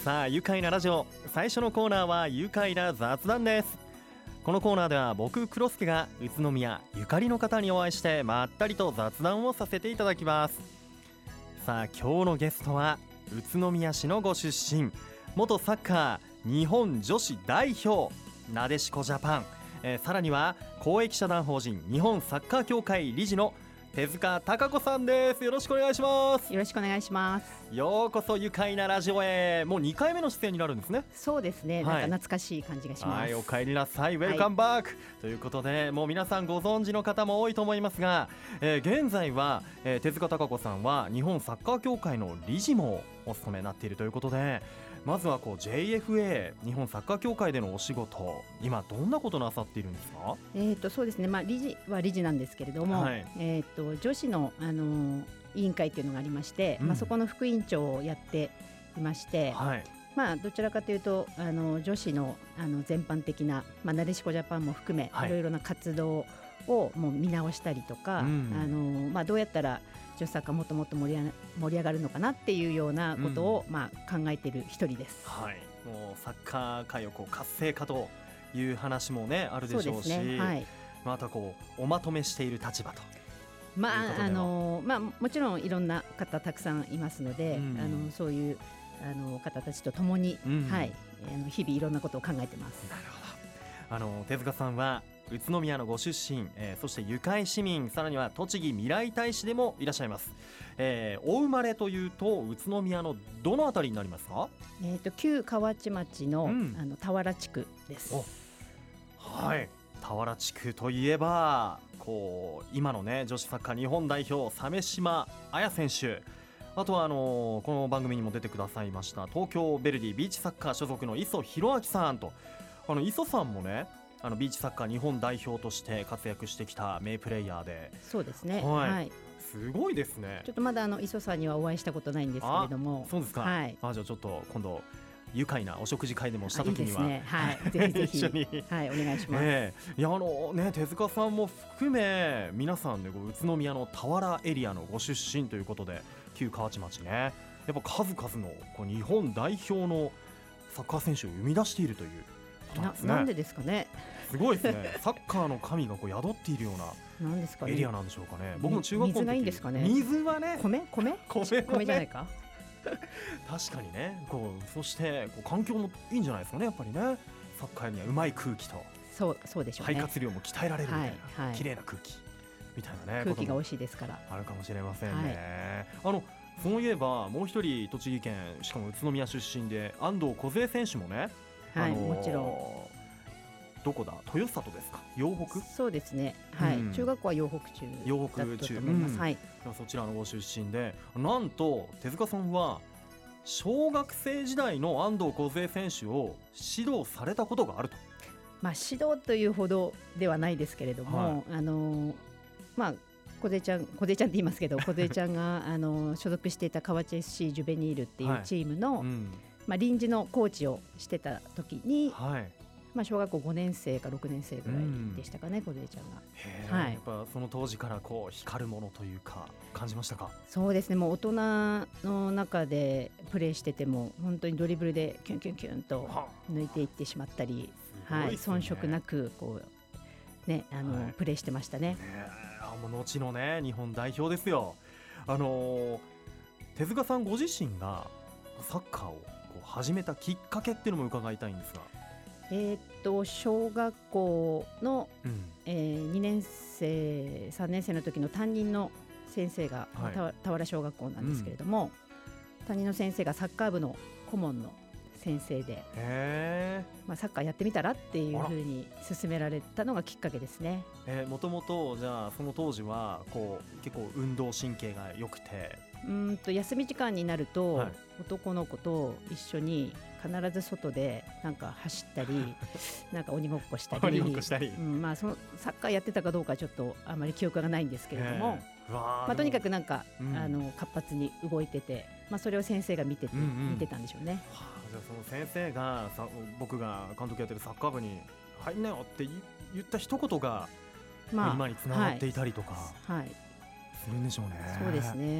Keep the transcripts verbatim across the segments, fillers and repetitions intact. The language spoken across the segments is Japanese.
さあ愉快なラジオ、最初のコーナーは愉快な雑談です。このコーナーでは僕黒助が宇都宮ゆかりの方にお会いしてまったりと雑談をさせていただきます。さあ今日のゲストは宇都宮市のご出身、元サッカー日本女子代表なでしこジャパン、えー、さらには公益社団法人日本サッカー協会理事の手塚貴子さんです。よろしくお願いします。 よろしくお願いします。 ようこそ愉快なラジオへ。もうにかいめの出演になるんですね。 そうですね、はい、なんか懐かしい感じがします。 はい、お帰りなさい、ウェルカムバック、はい、ということでもう皆さんご存知の方も多いと思いますが、えー、現在は、えー、手塚貴子さんは日本サッカー協会の理事もお務めになっているということで、まずはこう ジェイエフエー 日本サッカー協会でのお仕事、今どんなことなさっているんですか？ えーとそうですね、まあ、理事は理事なんですけれども、はい、えーと女子の、あのー、委員会というのがありまして、うんまあ、そこの副委員長をやっていまして、はいまあ、どちらかというとあの女子の、あの全般的な、まあ、なでしこジャパンも含め、はい、いろいろな活動をもう見直したりとか、うんあのまあ、どうやったら女子サッカーもっともっと盛り盛り上がるのかなっていうようなことを、うんまあ、考えている一人です、 はい、もうサッカー界をこう活性化という話も、ね、あるでしょうし、そうですね、はい、またこうおまとめしている立場と、 まああのまあ、もちろんいろんな方たくさんいますので、うん、あのそういうあの方たちと共に、うんはい、あの日々いろんなことを考えてます。 なるほど。あの手塚さんは宇都宮のご出身、えー、そしてゆかい市民、さらには栃木未来大使でもいらっしゃいます、えー、お生まれというと宇都宮のどのあたりになりますか？ えーと旧河内町 の,、うん、あの田原地区です。 はい、田原地区といえばこう今の、ね、女子サッカー日本代表鮫島彩選手、あとはあのー、この番組にも出てくださいました東京ヴェルディビーチサッカー所属の磯弘明さんと、あの磯さんもね、あのビーチサッカー日本代表として活躍してきた名プレイヤーで。 そうですね、 はいはい、 すごいですね。 ちょっとまだあの磯さんにはお会いしたことないんですけれども。 そうですか、はい、あじゃあちょっと今度愉快なお食事会でもした時には、 いいですね、はい、ぜひぜひ一緒に、 はい、お願いします、 えー、いやあのね手塚さんも含め皆さんね、宇都宮の田原エリアのご出身ということで、旧河内町ね、やっぱ数々のこう日本代表のサッカー選手を生み出しているということなんですね。 な, なんでですかね。 すごいですね。サッカーの神がこう宿っているようなエリアなんでしょうかね。僕も中学校の時、 水がいいんですかね。 水はね、 米米米はね、 米じゃないか。 確かにね、こうそしてこう環境もいいんじゃないですかね、やっぱりね。サッカーにはうまい空気と、 そうそうでしょうね、 肺活量も鍛えられるみたいな、 はいはい、 綺麗な空気みたいなね、 空気が美味しいですからあるかもしれませんね、はい、あのそういえばもう一人栃木県、しかも宇都宮出身で安藤梢選手もね、 はい、 あのもちろんどこだ、豊里ですか、陽北。 そうですね、はい、うん、中学校は陽北中陽北中だったと思います、うん、はい、 そちらのご出身で、なんと手塚さんは小学生時代の安藤梢選手を指導されたことがあると。 まあ、指導というほどではないですけれども、はい、あのまあ梢ちゃん梢ちゃんって言いますけど梢ちゃんがあの所属していた河内 エスシー ジュベニールっていうチームの、はい、うんまあ、臨時のコーチをしてた時に、はいまあ、小学校ごねん生かろくねん生ぐらいでしたかね、梢、うん、ちゃんが。 へ、はい、やっぱその当時からこう光るものというか感じましたか？ そうですね、もう大人の中でプレーしてても本当にドリブルでキュンキュンキュンと抜いていってしまったり、は、はい、遜色なくこう、ね、あの、はい、プレーしてましたね。ね、 あもう後の、ね、日本代表ですよ。あの手塚さんご自身がサッカーを始めたきっかけっていうのも伺いたいんですが。 えー、っと小学校の、うんえー、にねん生さんねん生の時の担任の先生が、はい、田原小学校なんですけれども、うん、担任の先生がサッカー部の顧問の先生で、へまあ、サッカーやってみたらっていうふうに勧められたのがきっかけですね。 もともとじゃあその当時はこう結構運動神経が良くて、 うんと休み時間になると、はい、男の子と一緒に必ず外でなんか走ったりなんか鬼ごっこしたり、 鬼ごっこしたり、 うんまあ、そのサッカーやってたかどうかちょっとあまり記憶がないんですけれども、まあ、とにかくなんか、うん、あの活発に動いてて、まあ、それを先生が見てて、うんうん、見てたんでしょうね。 はあ、じゃあその先生がさ僕が監督やってるサッカー部に入んなよって言った一言が、まあ、今につながっていたりとか、はいはい、するんでしょうね。 そうですね。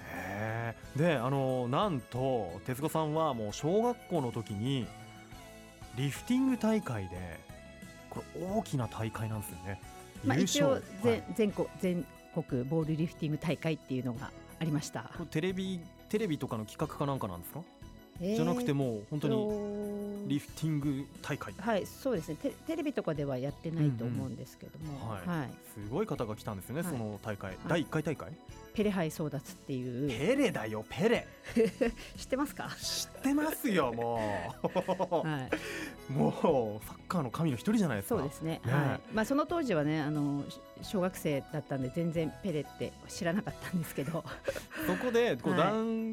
へー。であのなんと手塚さんはもう小学校の時にリフティング大会でこれ大きな大会なんですよね。 まあ、一応全、 はい、 全国全国ボールリフティング大会っていうのがありました。 これテレビテレビとかの企画かなんかなんですか？ えー、 じゃなくてもう本当にリフティング大会。 はい、そうですね。 テ, テレビとかではやってないと思うんですけども、 うんうん、はいはい、すごい方が来たんですよね、はい、その大会、はい、だいいっかい大会ペレ杯争奪っていう。 ペレだよペレ知ってますか？ 知ってますよもう、はい、もうサッカーの神の一人じゃないですか。 そうです ね, ね、はい、まあ、その当時はねあの小学生だったんで全然ペレって知らなかったんですけどそこでこう、はい、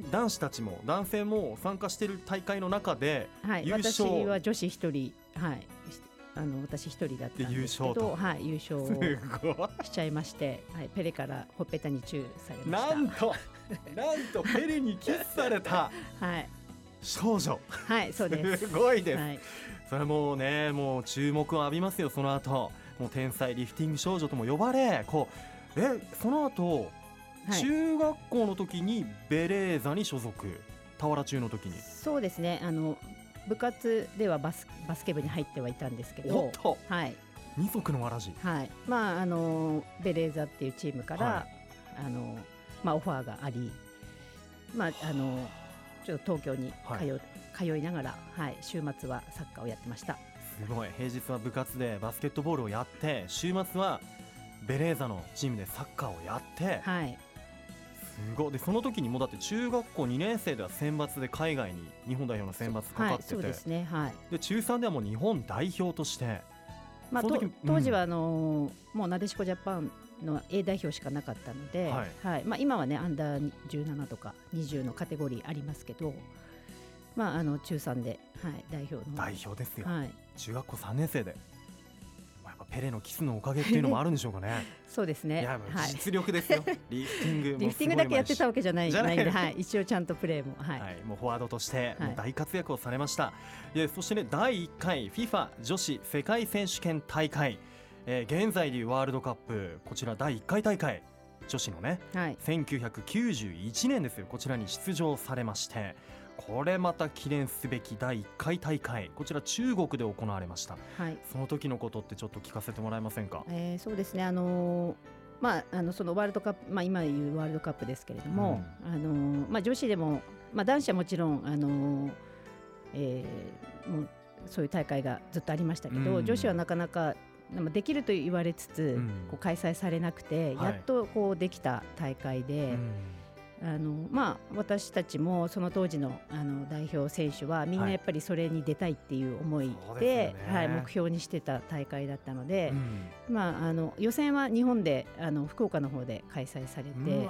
男子たちも男性も参加している大会の中で優勝、 はい、私は女子一人、はい、あの私一人だったんですけど、はい、優勝をしちゃいまして、はい、ペレからほっぺたにチューされました。 なんとなんとペレにキスされた少女、 はい、そうです。 すごいです、はい、それもうねもう注目を浴びますよ。その後もう天才リフティング少女とも呼ばれこうえその後、はい、中学校の時にベレーザに所属、田原中の時に。 そうですね、あの部活ではバス、バスケ部に入ってはいたんですけど、 おっと、 はい、 二足のわらじ、 はい、まあ、あのベレーザっていうチームから、はい、あのまあ、オファーがあり、まあ、あのちょっと東京に通、はい、通いながら、はい、週末はサッカーをやってました。 すごい。平日は部活でバスケットボールをやって週末はベレーザのチームでサッカーをやって、 はい、 すごい。でその時にもうだって中学校にねん生では選抜で海外に日本代表の選抜かかってて、はい、 そうですね、はい、 で中さんではもう日本代表として、 まあ、と当時はあのー、もうなでしこジャパンの A 代表しかなかったので、はいはい、まあ、今はねアンダーじゅうななとかにじゅうのカテゴリーありますけど、まあ、あの中さんで、はい、代表の代表ですよ、 はい、 中学校さんねん生でやっぱペレのキスのおかげっていうのもあるんでしょうかね。 そうですね、 いや実力ですよ、はい、リフティングリフティングだけやってたわけじゃないじゃないんで、はい、一応ちゃんとプレーも、はいはい、もうフォワードとしてもう大活躍をされました、はい、いやそしてねだいいっかい フィファ 女子世界選手権大会、えー、現在でいうワールドカップ、こちらだいいっかい大会女子のね、はい、せんきゅうひゃくきゅうじゅういちねんですよ。こちらに出場されまして、これまた記念すべきだいいっかい大会、こちら中国で行われました、はい、その時のことってちょっと聞かせてもらえませんか？ えー、そうですね、あのーまあ、あのそのワールドカップ、まあ、今言うワールドカップですけれども、うん、あのーまあ、女子でも、まあ、男子はもちろん、あのーえー、もうそういう大会がずっとありましたけど、うん、女子はなかなかできると言われつつ、うん、こう開催されなくて、やっとこうできた大会で、うん、あのまあ、私たちもその当時 の, あの代表選手はみんなやっぱりそれに出たいっていう思い で,、はい、はい、目標にしてた大会だったので、うん、まあ、あの予選は日本であの福岡の方で開催されて、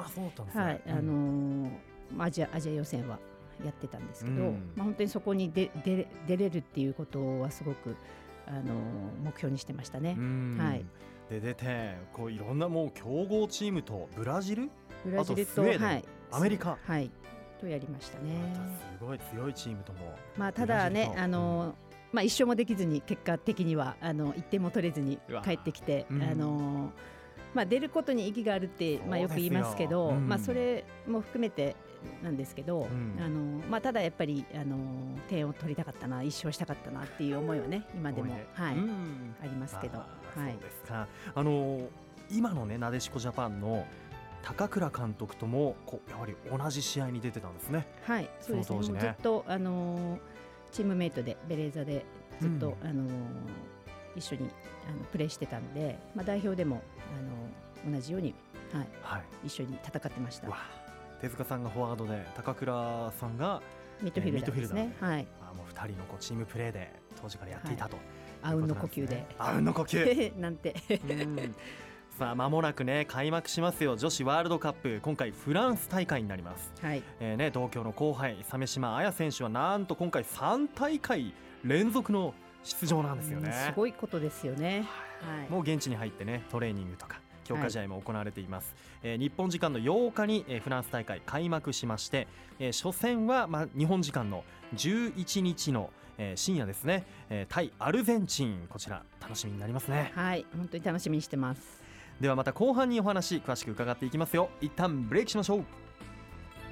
アジア予選はやってたんですけど、うん、まあ、本当にそこに出れるっていうことはすごくあの目標にしてましたね。はい、 で出てこういろんなもう強豪チームとブラジル、 ブラジルとスウェーデン、はい、 アメリカ、 はい、とやりましたね。 またすごい強いチームとも、 まあ、ただね、あの、まあ、一勝もできずに結果的にはあのいってんも取れずに帰ってきて、うん、あのまあ、出ることに意義があるって、まあ、よく言いますけど、うん、まあ、それも含めてなんですけど、うん、あのまあ、ただやっぱりあの点を取りたかったな、一勝したかったなっていう思いはね今でも、はい、うん、ありますけど、はい、 そうですか。あの今のねなでしこジャパンの高倉監督ともこうやはり同じ試合に出てたんですね。 はい、そうですね。ずっとあのチームメイトでベレーザでずっと、うん、あの一緒にあのプレーしてたんで、まあ、代表でもあの同じように、はいはい、一緒に戦ってました。 手塚さんがフォワードで高倉さんがミッドフィルダーですね。 えー、はい、あもうふたりのこうチームプレーで当時からやっていたと、 はい、あうんの呼吸であうんの呼吸なんてうんさあ間もなくね開幕しますよ、女子ワールドカップ。今回フランス大会になります、はい、えーね、同郷の後輩鮫島彩選手はなんと今回さん大会連続の出場なんですよね。 すごいことですよね、 はい、もう現地に入ってねトレーニングとか強化試合も行われています、はい、えー、日本時間のようかに、えー、フランス大会開幕しまして、えー、初戦は、まあ、日本時間のじゅういちにちの、えー、深夜ですね、えー、対アルゼンチン、こちら楽しみになりますね。 はい、本当に楽しみにしてます。 ではまた後半にお話詳しく伺っていきますよ。一旦ブレイクしましょう。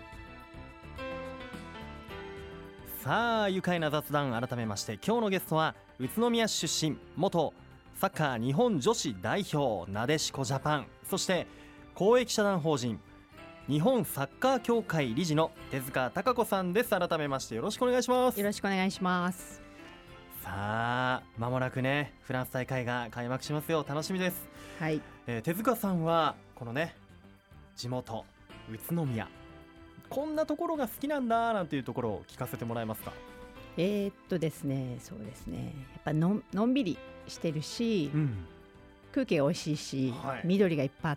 さあ愉快な雑談、改めまして今日のゲストは宇都宮出身、元サッカー日本女子代表なでしこジャパン、そして公益社団法人日本サッカー協会理事の手塚貴子さんです。改めましてよろしくお願いします。 よろしくお願いします。 さあ間もなくねフランス大会が開幕しますよ。楽しみです。 はい、 えー、手塚さんはこのね地元宇都宮、こんなところが好きなんだなんていうところを聞かせてもらえますか？ えー、っとですねそうですねやっぱの ん, のんびりしてるし、うん、空気が美味しいし、はい、緑がいっぱいあって、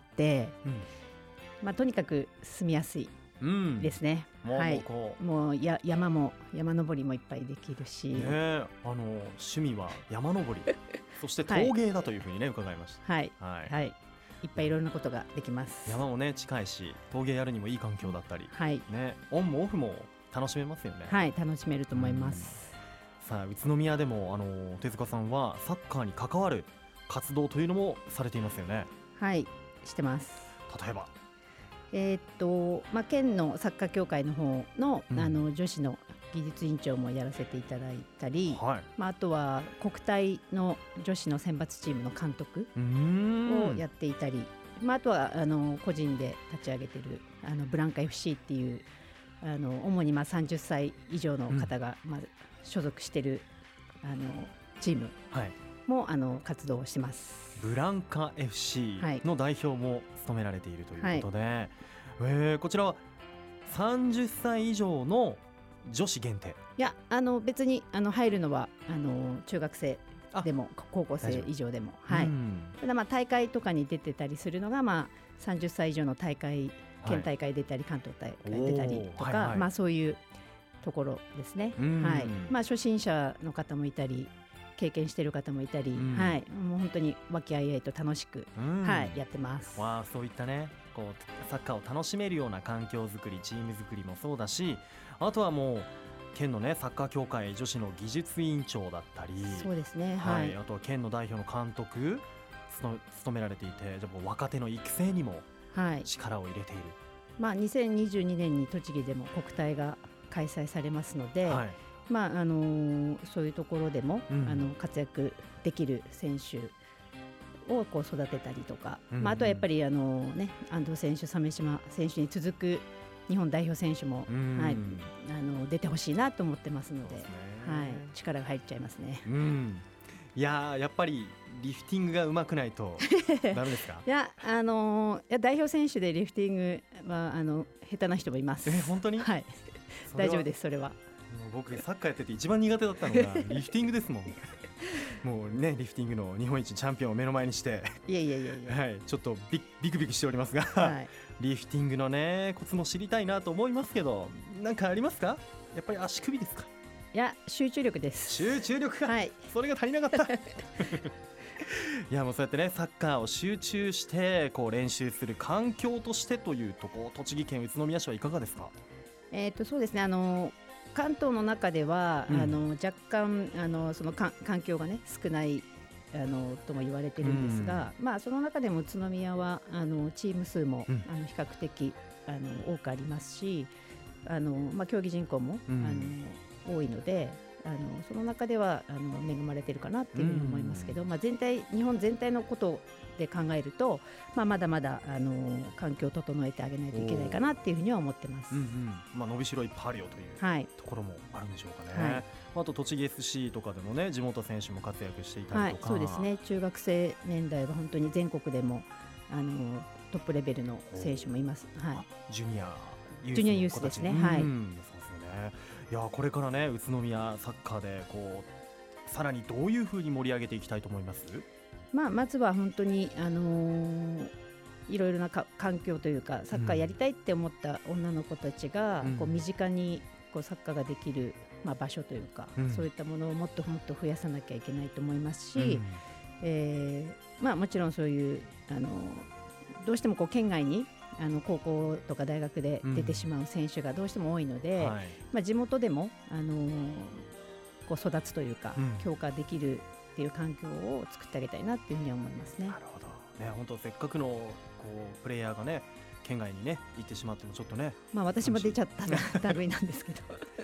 うんまあ、とにかく住みやすいですね、うん、もう、はい、もうや山も山登りもいっぱいできるし、 ね、あの趣味は山登りそして陶芸だというふうにね、はい、伺いました。 はい、はいはい、いっぱいいろんなことができます。 山もね近いし陶芸やるにもいい環境だったり、はいね、オンもオフも楽しめますよね。 はい、楽しめると思います。 さあ宇都宮でもあの手塚さんはサッカーに関わる活動というのもされていますよね。 はい、してます。 例えばえーっとまあ、県のサッカー協会の方 の,、うん、あの女子の技術委員長もやらせていただいたり、はいまあ、あとは国体の女子の選抜チームの監督をやっていたり、まあ、あとはあの個人で立ち上げているあのブランカ エフシー っていうあの主にまあさんじゅっさい以上の方が、うんまあ、所属しているあのチームも、はい、あの活動をしてます。 ブランカ エフシー の代表も務められているということで、はいえー、こちらはさんじゅっさい以上の女子限定？ いやあの別にあの入るのはあの中学生でも高校生以上でも、はい、ただまあ大会とかに出てたりするのが、まあ、さんじゅっさい以上の大会県大会出たり、はい、関東大会出たりとか、はいはいまあ、そういうところですね、はいまあ、初心者の方もいたり経験している方もいたり、はい、もう本当に和気あいあいと楽しく、はい、やってます。 わあ、そういったねこうサッカーを楽しめるような環境づくりチームづくりもそうだし、あとはもう県のねサッカー協会女子の技術委員長だったり、 そうですね、 はい、あとは県の代表の監督務められていて、じゃあもう若手の育成にも力を入れている、はいまあ、にせんにじゅうにねんに栃木でも国体が開催されますので、はいまああのー、そういうところでも、うん、あの活躍できる選手をこう育てたりとか、うんまあ、あとはやっぱり、あのーね、安藤選手、鮫島選手に続く日本代表選手も、うんはい、あの出てほしいなと思ってますので、はい、力が入っちゃいますね。 うん、いややっぱりリフティングが上手くないとダメですか？ いや、あのー、いや代表選手でリフティングはあの下手な人もいます。 え本当に？ はい、大丈夫です。それはもう僕サッカーやってて一番苦手だったのがリフティングですもんもうねリフティングの日本一チャンピオンを目の前にしていやいやいやいや、 はい、ちょっとビビクビクしておりますが、はい、リフティングのねコツも知りたいなと思いますけど、なんかありますか？やっぱり足首ですか？ いや集中力です。 集中力か、はい、それが足りなかったいやもうそうやってねサッカーを集中してこう練習する環境としてというとこ栃木県宇都宮市はいかがですか？ えー、とそうですね、あの関東の中では、うん、あの若干あのそのか環境がね少ないあのとも言われてるんですが、うんまあ、その中でも宇都宮はあのチーム数も、うん、あの比較的あの多くありますし、あの、まあ、競技人口も、うん、あの多いので、あのその中ではあの恵まれてるかなっていうふうに思いますけど、うんまあ、全体日本全体のことで考えると、まあ、まだまだあの環境を整えてあげないといけないかなっていうふうには思ってます、うんうんまあ、伸びしろいっぱいあるよというところもあるんでしょうかね、はい、あと栃木 エスシー とかでもね地元選手も活躍していたりとか、 はい、そうですね、中学生年代は本当に全国でもあのトップレベルの選手もいます、はい、 ジュニアユースジュニアユースですね、はい、 うんそうですよね。いやこれからね宇都宮サッカーでこうさらにどういうふうに盛り上げていきたいと思います？ まあ、まずは本当に、あのー、いろいろなか環境というかサッカーやりたいって思った女の子たちが、うん、こう身近にこうサッカーができる、まあ、場所というか、うん、そういったものをもっともっと増やさなきゃいけないと思いますし、うんえーまあ、もちろんそういう、あのー、どうしてもこう県外にあの高校とか大学で出てしまう選手がどうしても多いので、うんはいまあ、地元でも、あのー、こう育つというか、うん、強化できるっていう環境を作ってあげたいなっていうふうに思いますね。 なるほどね、本当せっかくのこうプレイヤーがね県外にね行ってしまってもちょっとね、 まあ私も出ちゃったら類なんですけど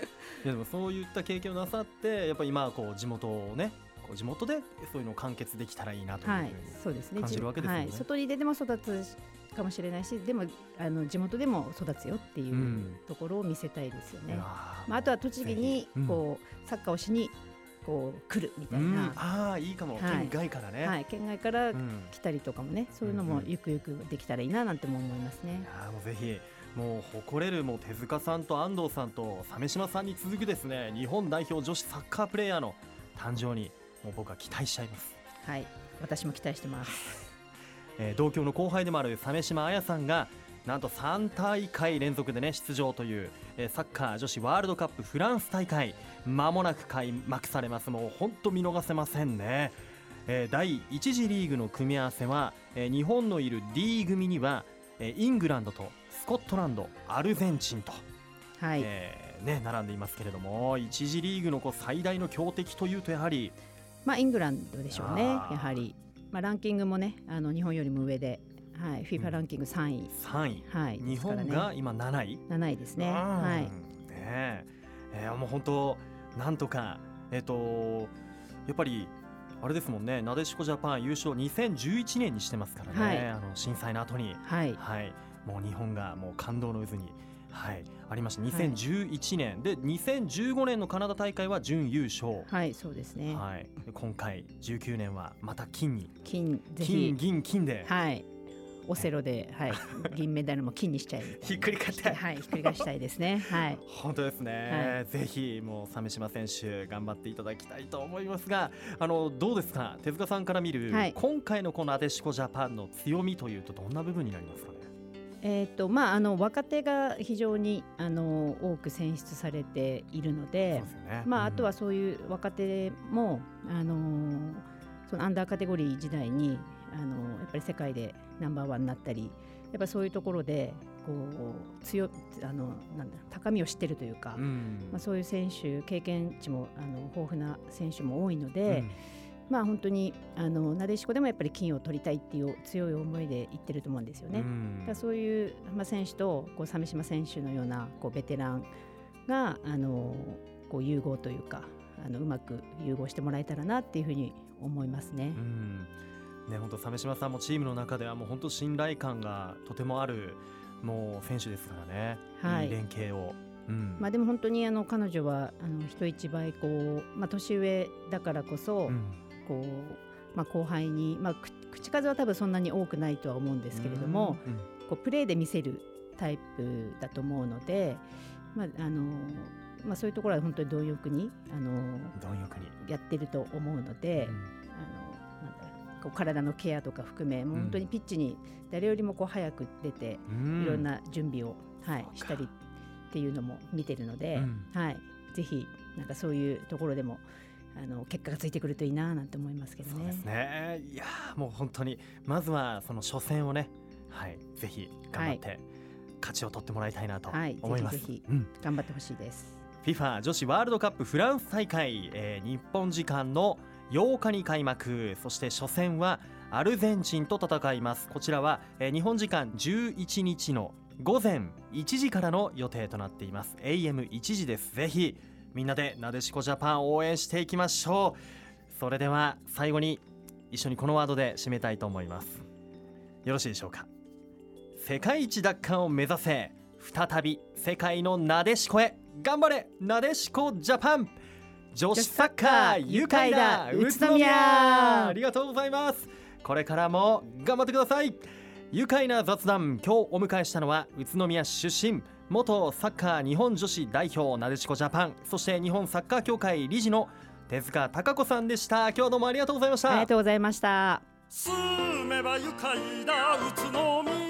いやでもそういった経験をなさってやっぱり今こう地元をねこう地元でそういうのを完結できたらいいなというふうに感じるわけですよね、はい、 はい、外に出ても育つかもしれないし、でもあの地元でも育つよっていうところを見せたいですよね、うん、あ, まあ、あとは栃木にこう、うん、サッカーをしにこう来るみたいな、うん、 ああいいかも、はい、県外からね、 はい、県外から来たりとかもね、うん、そういうのもゆくゆくできたらいいななんても思いますね。 いやもうぜひもう誇れるもう手塚さんと安藤さんと鮫島さんに続くですね日本代表女子サッカープレーヤーの誕生にもう僕は期待しちゃいます。 はい、私も期待してますえー、同郷の後輩でもある鮫島彩さんがなんとさん大会連続で、ね、出場という、えー、サッカー女子ワールドカップフランス大会間もなく開幕されます。もう本当見逃せませんね、えー、だいいち次リーグの組み合わせは、えー、日本のいる D 組には、えー、イングランドとスコットランドアルゼンチンと、 はいえーね、並んでいますけれどもいち次リーグのこう最大の強敵というとやはり、 まあ、イングランドでしょうね。やはりまあ、ランキングもねあの日本よりも上で、はい、FIFA ランキングさんい、 さんい、 はい、 日本が今なない、 なないですね、はいねええー、もう本当なんとか、えー、とやっぱりあれですもんね、なでしこジャパン優勝にせんじゅういちねんにしてますからね、はい、あの震災の後に、 はいはい、もう日本がもう感動の渦に、はい、ありましたにせんじゅういちねん、はい、でにせんじゅうごねんのカナダ大会は準優勝、 はいそうですね、 はい、今回じゅうきゅうねんはまた金に金ぜひ金銀金で、 はい、オセロで、はい、銀メダルも金にしちゃいひっくり返って、 はい、ひっくり返したいですね、はい、 本当ですね、はい、ぜひもう鮫島選手頑張っていただきたいと思いますが、あのどうですか手塚さんから見る、はい、今回のこのなでしこジャパンの強みというとどんな部分になりますかね。 えーとまあ、あの若手が非常にあの多く選出されているの で, そうですよね、 まあ、あとはそういう若手も、あのそのアンダーカテゴリー時代にあのやっぱり世界でナンバーワンになったり、やっぱそういうところでこう強あのなんだ高みを知ってるというか、うんまあ、そういう選手経験値もあの豊富な選手も多いので、うんまあ、本当にあのなでしこでもやっぱり金を取りたいっていう強い思いで言ってると思うんですよね。だからそういう、まあ、選手とこう鮫島選手のようなこうベテランがあのこう融合というかあのうまく融合してもらえたらなっていうふうに思いますね。 うんね、本当鮫島さんもチームの中ではもう本当信頼感がとてもあるもう選手ですからね、はい、いい連携を、うんまあ、でも本当にあの彼女はあの人一倍こう、まあ、年上だからこそ、うんこうまあ、後輩に、まあ、口数は多分そんなに多くないとは思うんですけれども、うんうん、こうプレーで見せるタイプだと思うので、まああのまあ、そういうところは本当に貪欲に、あの貪欲にやってると思うので、うん、あのなんだこう体のケアとか含め、もう本当にピッチに誰よりもこう早く出て、うん、いろんな準備を、はい、したりっていうのも見てるので、うんはい、ぜひなんかそういうところでもあの結果がついてくるといいななんて思いますけどね。 そうですね。いやもう本当にまずはその初戦をね、はい、ぜひ頑張って、はい、勝ちを取ってもらいたいなと思います。 はい、ぜひぜひ、うん、頑張ってほしいです。 FIFA 女子ワールドカップフランス大会、えー、日本時間のようかに開幕、そして初戦はアルゼンチンと戦います。こちらは、えー、日本時間じゅういちにちの午前いちじからの予定となっています。 エーエムいち 時です。ぜひみんなでなでしこジャパンを応援していきましょう。それでは最後に一緒にこのワードで締めたいと思います。よろしいでしょうか。世界一奪還を目指せ、再び世界のなでしこへ頑張れなでしこジャパン。女子サッカー愉快だ宇都宮。ありがとうございます。これからも頑張ってください。愉快な雑談、今日お迎えしたのは宇都宮出身元サッカー日本女子代表なでしこジャパン、そして日本サッカー協会理事の手塚貴子さんでした。今日はどうもありがとうございました。 ありがとうございました。 住めば愉快だ宇都宮。